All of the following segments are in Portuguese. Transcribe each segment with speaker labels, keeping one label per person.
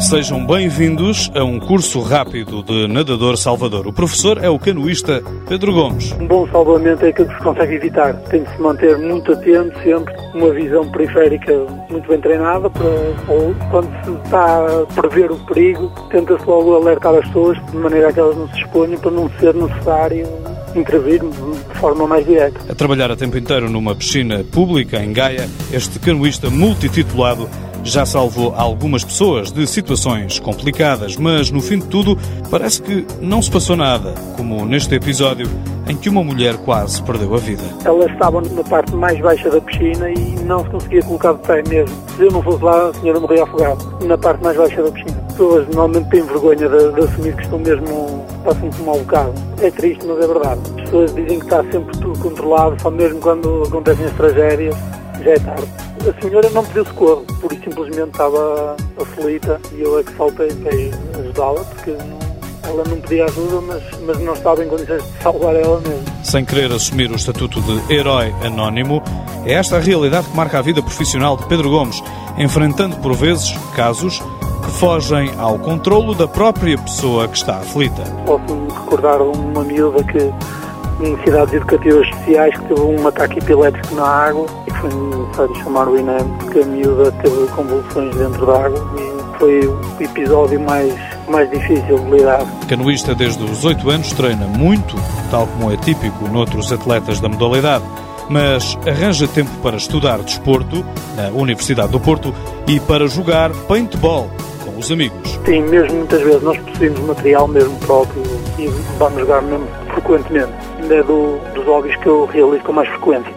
Speaker 1: Sejam bem-vindos a um curso rápido de nadador salvador. O professor é o canoísta Pedro Gomes.
Speaker 2: Um bom salvamento é aquilo que se consegue evitar. Tem de se manter muito atento, sempre uma visão periférica muito bem treinada, ou quando se está a prever o perigo, tenta-se logo alertar as pessoas de maneira a que elas não se exponham para não ser necessário intervir de forma mais direta.
Speaker 1: A trabalhar a tempo inteiro numa piscina pública em Gaia, este canoísta multititulado já salvou algumas pessoas de situações complicadas, mas no fim de tudo parece que não se passou nada, como neste episódio em que uma mulher quase perdeu a vida.
Speaker 2: Ela estava na parte mais baixa da piscina e não se conseguia colocar de pé mesmo. Se eu não fosse lá, a senhora morria afogada, na parte mais baixa da piscina. As pessoas normalmente têm vergonha de assumir que estão mesmo, passam por um mau bocado. É triste, mas é verdade. As pessoas dizem que está sempre tudo controlado, só mesmo quando acontecem as tragédias, já é tarde. A senhora não pediu socorro, por isso simplesmente estava aflita e eu é que saltei para ajudá-la, porque ela não pedia ajuda, mas não estava em condições de salvar ela mesmo.
Speaker 1: Sem querer assumir o estatuto de herói anónimo, é esta a realidade que marca a vida profissional de Pedro Gomes, enfrentando por vezes casos que fogem ao controlo da própria pessoa que está aflita.
Speaker 2: Posso-me recordar uma miúda que em necessidades educativas especiais que teve um ataque epilético na água e foi necessário chamar o INEM porque a miúda teve convulsões dentro da água e foi o episódio mais difícil de lidar.
Speaker 1: Canoísta desde os 8 anos, treina muito, tal como é típico noutros atletas da modalidade, mas arranja tempo para estudar desporto na Universidade do Porto e para jogar paintball com os amigos.
Speaker 2: Sim, mesmo muitas vezes nós possuímos material mesmo próprio e vamos jogar mesmo frequentemente. Ainda é dos hobbies que eu realizo com mais frequência.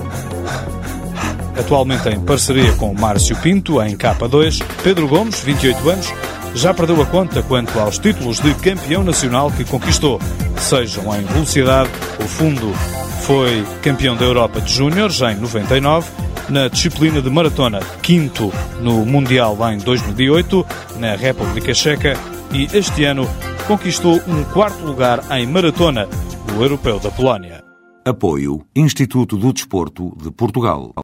Speaker 1: Atualmente em parceria com Márcio Pinto, em K2, Pedro Gomes, 28 anos, já perdeu a conta quanto aos títulos de campeão nacional que conquistou, sejam em velocidade. O fundo foi campeão da Europa de Júniores em 99, na disciplina de maratona, quinto no Mundial em 2008, na República Checa, e este ano conquistou um quarto lugar em maratona no Europeu da Polónia.
Speaker 3: Apoio Instituto do Desporto de Portugal.